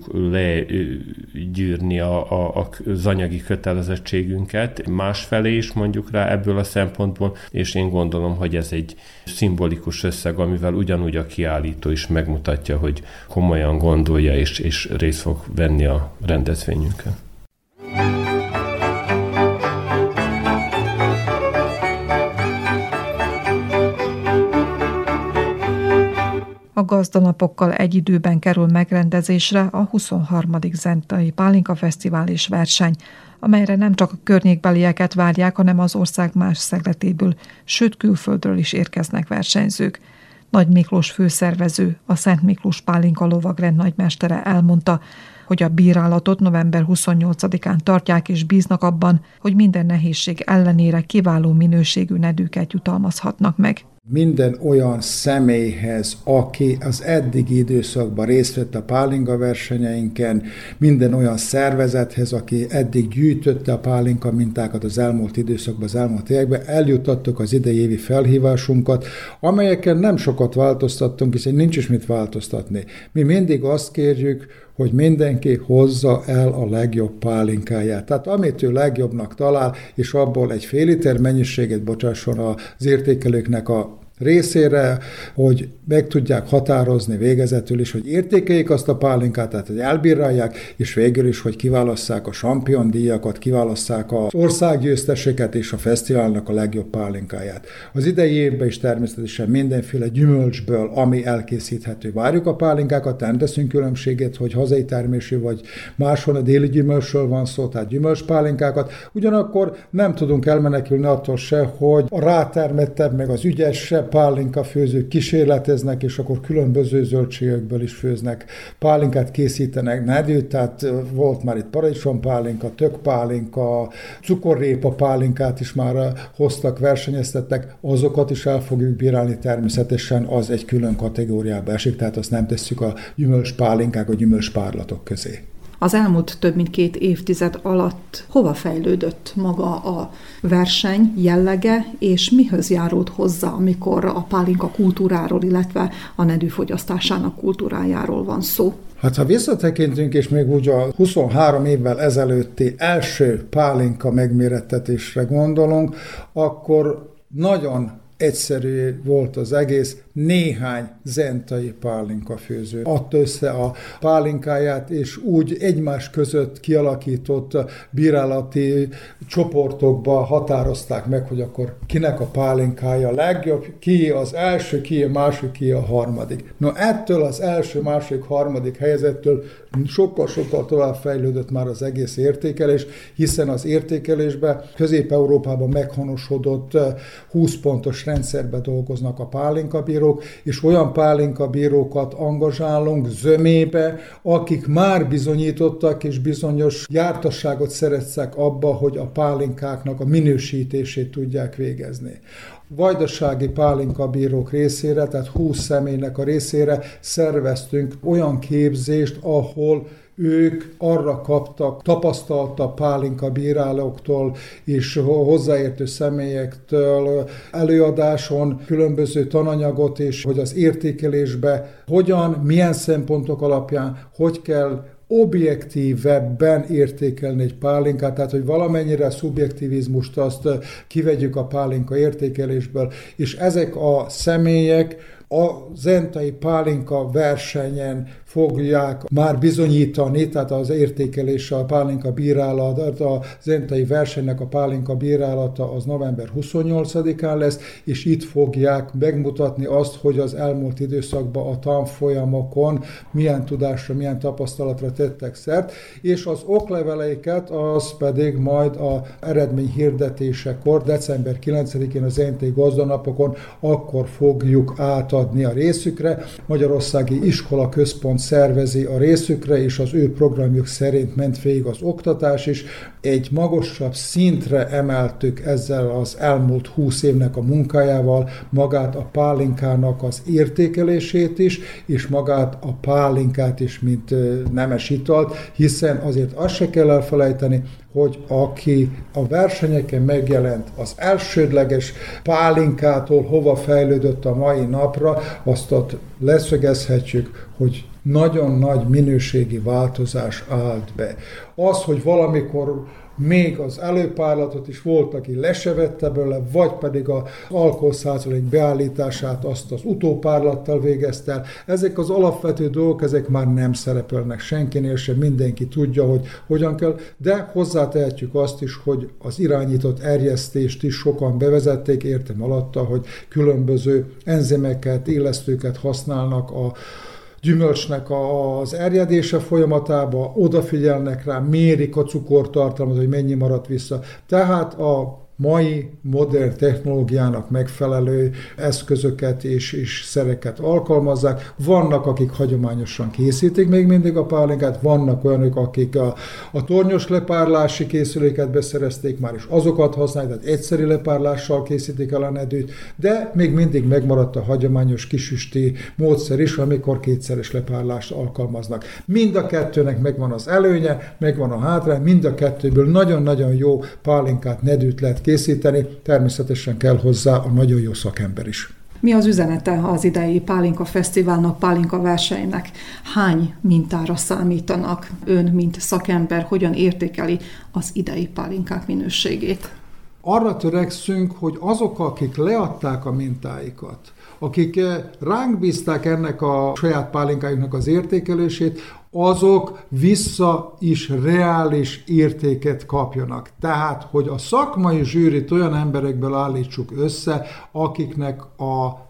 legyűrni a, a, az anyagi kötelezettségünket másfelé is mondjuk rá ebből a szempontból, és én gondolom, hogy ez egy szimbolikus összeg, amivel ugyanúgy a kiállító is megmutatja, hogy komolyan gondolja és, és részt fog venni a rendezvényünkön. A gazdanapokkal egy időben kerül megrendezésre a huszonharmadik Zentai Pálinka Fesztivál és verseny, amelyre nem csak a környékbelieket várják, hanem az ország más szegletéből, sőt külföldről is érkeznek versenyzők. Nagy Miklós főszervező, a Szent Miklós Pálinka lovagrend nagymestere elmondta, hogy a bírálatot november huszonnyolcadikán tartják, és bíznak abban, hogy minden nehézség ellenére kiváló minőségű nedűket jutalmazhatnak meg. Minden olyan személyhez, aki az eddigi időszakban részt vett a pálinka versenyeinken, minden olyan szervezethez, aki eddig gyűjtötte a pálinka mintákat az elmúlt időszakban, az elmúlt években, eljuttattuk az idei évi felhívásunkat, amelyeken nem sokat változtattunk, hiszen nincs is mit változtatni. Mi mindig azt kérjük, hogy mindenki hozza el a legjobb pálinkáját. Tehát amit ő legjobbnak talál, és abból egy fél liter mennyiséget bocsásson az értékelőknek a részére, hogy meg tudják határozni végezetül is, hogy értékeljék azt a pálinkát, tehát hogy elbírálják, és végül is, hogy kiválasszák a champion díjakat, kiválasszák az országgyőzteseket és a fesztiválnak a legjobb pálinkáját. Az idei évben is természetesen mindenféle gyümölcsből, ami elkészíthető. Várjuk a pálinkákat, nem teszünk különbséget, hogy hazai termésű vagy máshol a déli gyümölcsről van szó, tehát gyümölcspálinkákat. Ugyanakkor nem tudunk elmenekülni attól se, hogy a rátermettebb, meg az ügyesebb pálinka főzők kísérleteznek, és akkor különböző zöldségekből is főznek. Pálinkát készítenek, nedűt, tehát volt már itt paradicsompálinka, tökpálinka, cukorrépa pálinkát is már hoztak, versenyeztettek, azokat is el fogjuk bírálni, természetesen az egy külön kategóriába esik, tehát azt nem tesszük a gyümölcspálinkák, a gyümölcspárlatok közé. Az elmúlt több mint két évtized alatt hova fejlődött maga a verseny jellege, és mihöz járult hozzá, amikor a pálinka kultúráról, illetve a nedű fogyasztásának kultúrájáról van szó? Hát ha visszatekintünk, és még úgy a huszonhárom évvel ezelőtti első pálinka megmérettetésre gondolunk, akkor nagyon egyszerű volt az egész, néhány zentai pálinkafőző adta össze a pálinkáját, és úgy egymás között kialakított bírálati csoportokba határozták meg, hogy akkor kinek a pálinkája legjobb, ki az első, ki a második, ki a harmadik. No, ettől az első, második, harmadik helyezettől sokkal-sokkal tovább fejlődött már az egész értékelés, hiszen az értékelésben Közép-Európában meghonosodott húsz pontos rendszerbe dolgoznak a pálinkabírók, és olyan pálinkabírókat angazsálunk zömébe, akik már bizonyítottak, és bizonyos jártasságot szereztek abba, hogy a pálinkáknak a minősítését tudják végezni. Vajdasági pálinkabírók részére, tehát húsz személynek a részére szerveztünk olyan képzést, ahol ők arra kaptak tapasztaltabb pálinkabírálóktól és hozzáértő személyektől előadáson különböző tananyagot, és hogy az értékelésbe hogyan, milyen szempontok alapján, hogy kell objektívebben értékelni egy pálinkát, tehát hogy valamennyire a szubjektivizmust azt kivegyük a pálinka értékelésből, és ezek a személyek a zentai pálinka versenyen fogják már bizonyítani, tehát az értékelése, a pálinka bírálat, a zentai versenynek a pálinka bírálata az november huszonnyolcadikán lesz, és itt fogják megmutatni azt, hogy az elmúlt időszakban a tanfolyamokon milyen tudásra, milyen tapasztalatra tettek szert, és az okleveleiket az pedig majd az eredmény hirdetésekor, december kilencedikén a zentai gazdanapokon akkor fogjuk átadni a részükre. Magyarországi Iskola Központ szervezi a részükre, és az ő programjuk szerint ment végig az oktatás is. Egy magasabb szintre emeltük ezzel az elmúlt húsz évnek a munkájával magát a pálinkának az értékelését is, és magát a pálinkát is, mint nemes italt, hiszen azért azt se kell elfelejteni, hogy aki a versenyeken megjelent az elsődleges pálinkától hova fejlődött a mai napra, azt ott leszögezhetjük, hogy nagyon nagy minőségi változás állt be. Az, hogy valamikor még az előpárlatot is volt, aki le se vette belőle, vagy pedig az alkoholszázalék beállítását azt az utópárlattal végezte el. Ezek az alapvető dolgok, ezek már nem szerepelnek senkinél sem, mindenki tudja, hogy hogyan kell, de hozzátehetjük azt is, hogy az irányított erjesztést is sokan bevezették, értem alatta, hogy különböző enzimeket, illesztőket használnak a gyümölcsnek az erjedése folyamatában, odafigyelnek rá, mérik a cukortartalmat, hogy mennyi maradt vissza. Tehát a mai modern technológiának megfelelő eszközöket és, és szereket alkalmazzák. Vannak, akik hagyományosan készítik még mindig a pálinkát, vannak olyanok, akik a, a tornyos lepárlási készüléket beszerezték már, és azokat használják, tehát egyszeri lepárlással készítik el a nedűt, de még mindig megmaradt a hagyományos kisüsti módszer is, amikor kétszeres lepárlást alkalmaznak. Mind a kettőnek megvan az előnye, megvan a hátrány, mind a kettőből nagyon-nagyon jó pálinkát, nedűt lehet készíteni, természetesen kell hozzá a nagyon jó szakember is. Mi az üzenete az idei Pálinka Fesztiválnak, Pálinka versenynek? Hány mintára számítanak? Ön, mint szakember, hogyan értékeli az idei pálinkák minőségét? Arra törekszünk, hogy azok, akik leadták a mintáikat, akik ránk bízták ennek a saját pálinkájuknak az értékelését, azok vissza is reális értéket kapjanak. Tehát, hogy a szakmai zsűrit olyan emberekből állítsuk össze, akiknek a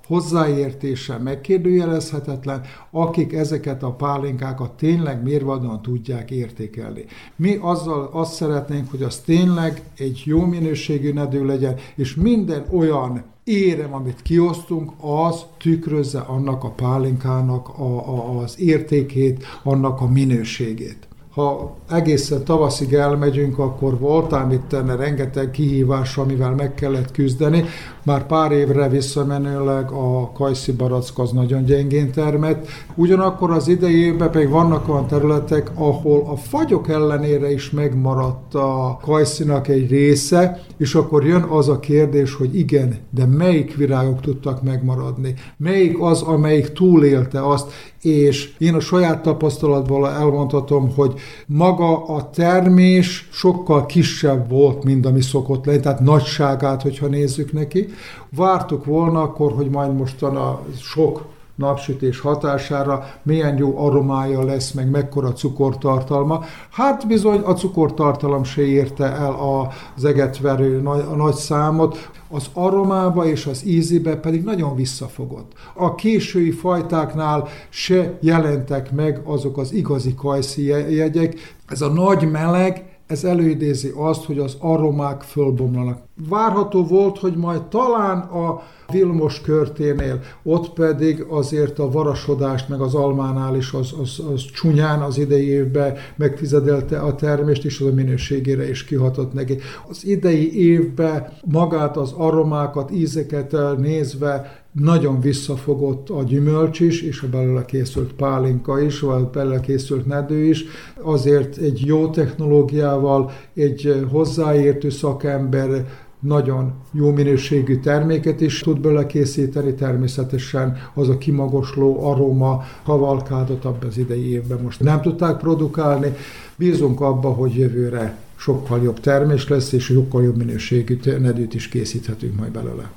hozzáértése megkérdőjelezhetetlen, akik ezeket a pálinkákat tényleg mérvadóan tudják értékelni. Mi azzal azt szeretnénk, hogy az tényleg egy jó minőségű nedű legyen, és minden olyan érem, amit kiosztunk, az tükrözze annak a pálinkának a, a, az értékét, annak a minőségét. Ha egészen tavaszig elmegyünk, akkor voltál itt tenne rengeteg kihívás, amivel meg kellett küzdeni. Már pár évre visszamenőleg a kajszi barack az nagyon gyengén termett. Ugyanakkor az idei évben pedig vannak olyan területek, ahol a fagyok ellenére is megmaradt a kajszinak egy része, és akkor jön az a kérdés, hogy igen, de melyik virágok tudtak megmaradni? Melyik az, amelyik túlélte azt? És én a saját tapasztalatból elmondhatom, hogy maga a termés sokkal kisebb volt, mint ami szokott lenni, tehát nagyságát, hogyha nézzük neki. Vártuk volna akkor, hogy majd mostan a sok napsütés hatására milyen jó aromája lesz, meg mekkora cukortartalma. Hát bizony a cukortartalom se érte el az egetverő nagy, a nagy számot, az aromába és az ízébe pedig nagyon visszafogott. A késői fajtáknál se jelentek meg azok az igazi kajszi jegyek. Ez a nagy meleg, ez előidézi azt, hogy az aromák fölbomlanak. Várható volt, hogy majd talán a Vilmos körténél, ott pedig azért a varasodást, meg az almánál is az, az, az csúnyán az idei évben megfizedelte a termést, és az a minőségére is kihatott neki. Az idei évben magát az aromákat, ízeket nézve nagyon visszafogott a gyümölcs is, és a belőle készült pálinka is, vagy belőle készült nedű is. Azért egy jó technológiával, egy hozzáértő szakember nagyon jó minőségű terméket is tud belőle készíteni, természetesen az a kimagosló aroma kavalkádot abban az idei évben most nem tudták produkálni. Bízunk abba, hogy jövőre sokkal jobb termés lesz, és sokkal jobb minőségű nedűt is készíthetünk majd belőle.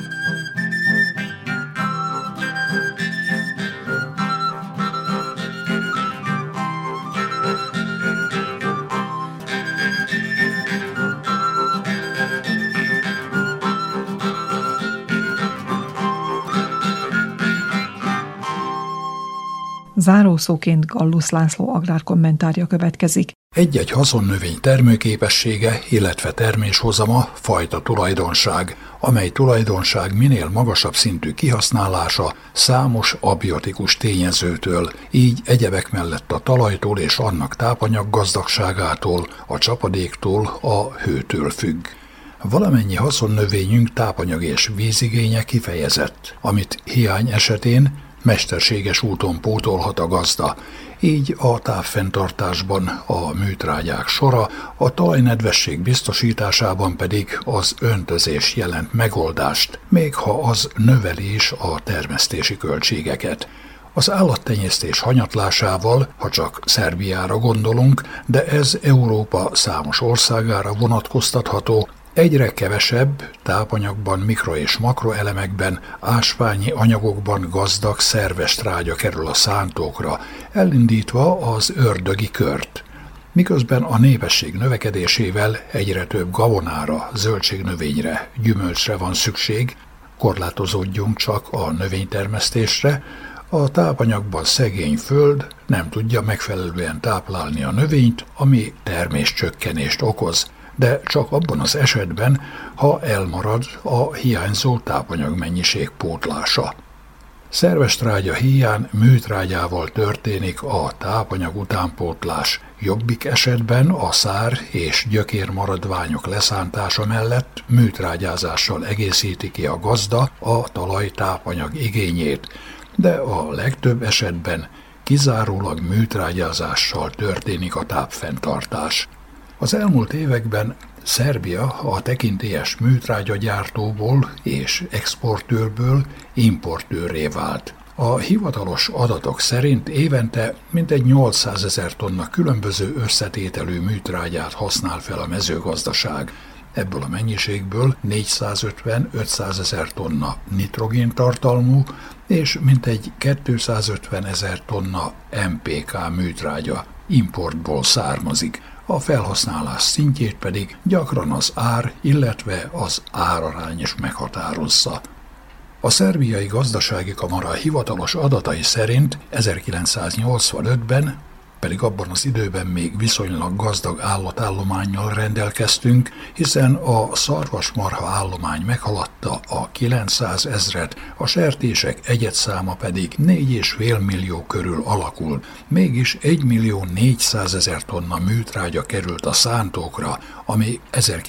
Zárószóként Gallus László agrárkommentárja következik. Egy-egy haszonnövény termőképessége, illetve terméshozama fajta tulajdonság, amely tulajdonság minél magasabb szintű kihasználása számos abiotikus tényezőtől, így egyebek mellett a talajtól és annak tápanyaggazdagságától, a csapadéktól, a hőtől függ. Valamennyi haszonnövényünk tápanyag és vízigénye kifejezett, amit hiány esetén mesterséges úton pótolhat a gazda, így a távfenntartásban a műtrágyák sora, a talajnedvesség biztosításában pedig az öntözés jelent megoldást, még ha az növeli is a termesztési költségeket. Az állattenyésztés hanyatlásával, ha csak Szerbiára gondolunk, de ez Európa számos országára vonatkoztatható, egyre kevesebb tápanyagban, mikro- és makroelemekben, ásványi anyagokban gazdag szerves trágya kerül a szántókra, elindítva az ördögi kört. Miközben a népesség növekedésével egyre több gabonára, zöldségnövényre, gyümölcsre van szükség, korlátozódjunk csak a növénytermesztésre, a tápanyagban szegény föld nem tudja megfelelően táplálni a növényt, ami terméscsökkenést okoz, de csak abban az esetben, ha elmarad a hiányzó tápanyagmennyiség pótlása. Szerves trágya híján műtrágyával történik a tápanyag utánpótlás, jobbik esetben a szár és gyökér maradványok leszántása mellett műtrágyázással egészíti ki a gazda a talaj tápanyag igényét, de a legtöbb esetben kizárólag műtrágyázással történik a tápfenntartás. Az elmúlt években Szerbia a tekintélyes műtrágyagyártóból és exportőrből importőrré vált. A hivatalos adatok szerint évente mintegy nyolcszázezer tonna különböző összetételű műtrágyát használ fel a mezőgazdaság. Ebből a mennyiségből négyszázötven-ötszázezer tonna nitrogéntartalmú és mintegy kétszázötvenezer tonna em pé ká műtrágya importból származik. A felhasználás szintjét pedig gyakran az ár, illetve az árarány is meghatározza. A szerbiai gazdasági kamara hivatalos adatai szerint ezerkilencszáznyolcvanötben, pedig abban az időben még viszonylag gazdag állatállománnyal rendelkeztünk, hiszen a szarvasmarha állomány meghaladta a kilencszázezret, a sertések egyedszáma pedig négy és fél millió körül alakul. Mégis egymillió négyszázezer tonna műtrágya került a szántókra, ami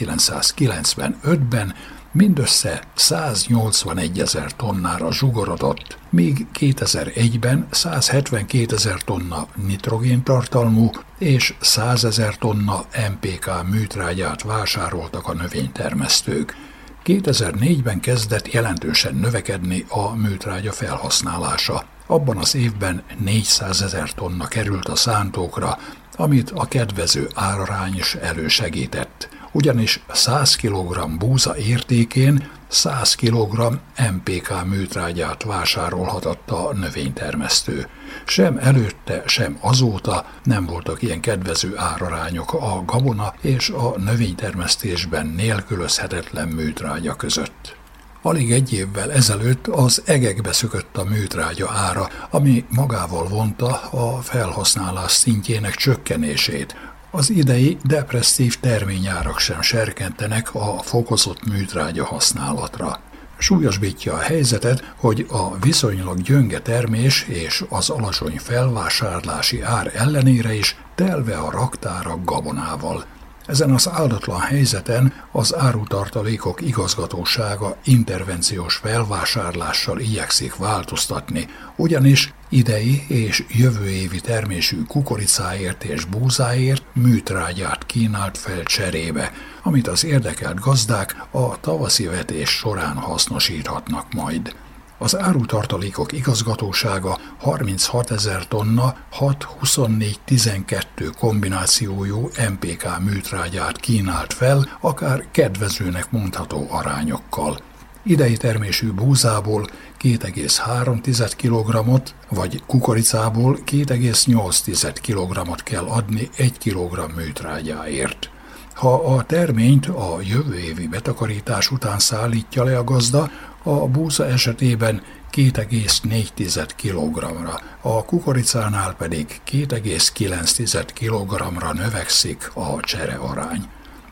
ezerkilencszázkilencvenötben mindössze száznyolcvanegyezer tonnára zsugorodott, míg kétezer-egyben százhetvenkétezer tonna nitrogéntartalmú és százezer tonna em pé ká műtrágyát vásároltak a növénytermesztők. kétezer-négyben kezdett jelentősen növekedni a műtrágya felhasználása. Abban az évben négyszázezer tonna került a szántókra, amit a kedvező árarány is elősegített. Ugyanis száz kilogramm búza értékén száz kilogramm em pé ká műtrágyát vásárolhatott a növénytermesztő. Sem előtte, sem azóta nem voltak ilyen kedvező árarányok a gabona és a növénytermesztésben nélkülözhetetlen műtrágya között. Alig egy évvel ezelőtt az egekbe szökött a műtrágya ára, ami magával vonta a felhasználás szintjének csökkenését. Az idei depresszív terményárak sem serkentenek a fokozott műtrágya használatra. Súlyosbítja a helyzetet, hogy a viszonylag gyönge termés és az alacsony felvásárlási ár ellenére is telve a raktárak gabonával. Ezen az áldatlan helyzeten az árutartalékok igazgatósága intervenciós felvásárlással igyekszik változtatni, ugyanis idei és jövő évi termésű kukoricáért és búzáért műtrágyát kínált fel cserébe, amit az érdekelt gazdák a tavaszi vetés során hasznosíthatnak majd. Az árutartalékok igazgatósága harminchatezer tonna hat huszonnégy tizenkettő kombinációjú em pé ká műtrágyát kínált fel, akár kedvezőnek mondható arányokkal. Idei termésű búzából két egész három kilogrammot, vagy kukoricából két egész nyolc kilogrammot kell adni egy kilogramm műtrágyáért. Ha a terményt a jövő évi betakarítás után szállítja le a gazda, a búza esetében két egész négy kilogrammra, a kukoricánál pedig két egész kilenc kilogrammra növekszik a cserearány.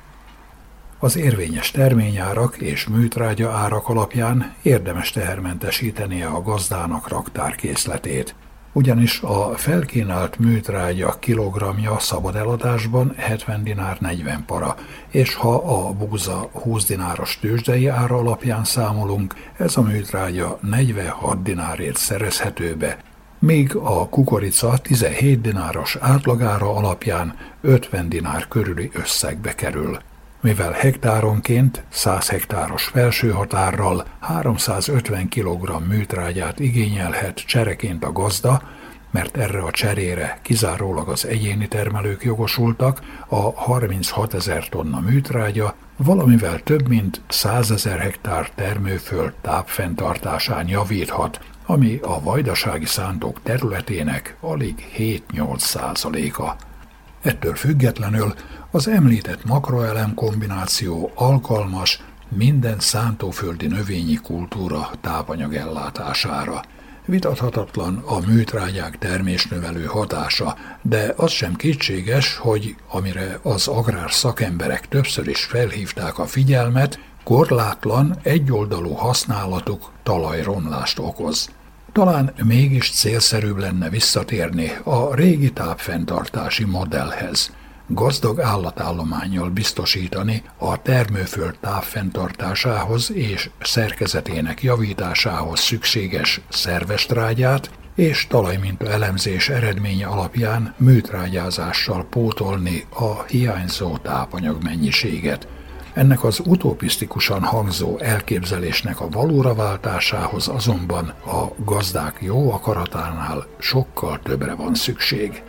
Az érvényes terményárak és műtrágya árak alapján érdemes tehermentesítenie a gazdának raktárkészletét, ugyanis a felkínált műtrágya kilogramja szabad eladásban hetven dinár negyven para, és ha a búza húsz dináros tőzsdei ára alapján számolunk, ez a műtrágya negyvenhat dinárért szerezhető be, míg a kukorica tizenhét dináros átlagára alapján ötven dinár körüli összegbe kerül. Mivel hektáronként száz hektáros felső határral háromszázötven kilogramm műtrágyát igényelhet csereként a gazda, mert erre a cserére kizárólag az egyéni termelők jogosultak, a harminchatezer tonna műtrágya valamivel több mint százezer hektár termőföld tápfenntartásán javíthat, ami a vajdasági szántók területének alig hét-nyolc százaléka. Ettől függetlenül az említett makroelem kombináció alkalmas minden szántóföldi növényi kultúra tápanyag ellátására. Vitathatatlan a műtrágyák termésnövelő hatása, de az sem kétséges, hogy amire az agrár szakemberek többször is felhívták a figyelmet, korlátlan, egyoldalú használatuk talajromlást okoz. Talán mégis célszerűbb lenne visszatérni a régi tápfenntartási modellhez, gazdag állatállománnyal biztosítani a termőföld tápfenntartásához és szerkezetének javításához szükséges szerves trágyát, és talajminta elemzés eredménye alapján műtrágyázással pótolni a hiányzó tápanyag mennyiséget. Ennek az utopisztikusan hangzó elképzelésnek a valóra váltásához azonban a gazdák jó akaratánál sokkal többre van szükség.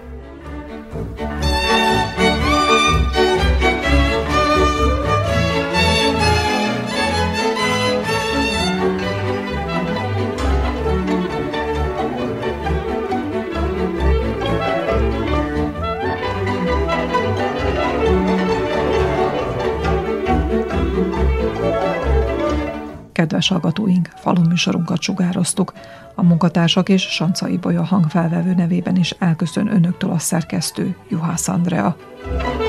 kedves hallgatóink, faluműsorunkat sugároztuk. A munkatársak és Sancai Bolya hangfelvevő nevében is elköszön önöktől a szerkesztő, Juhász Andrea.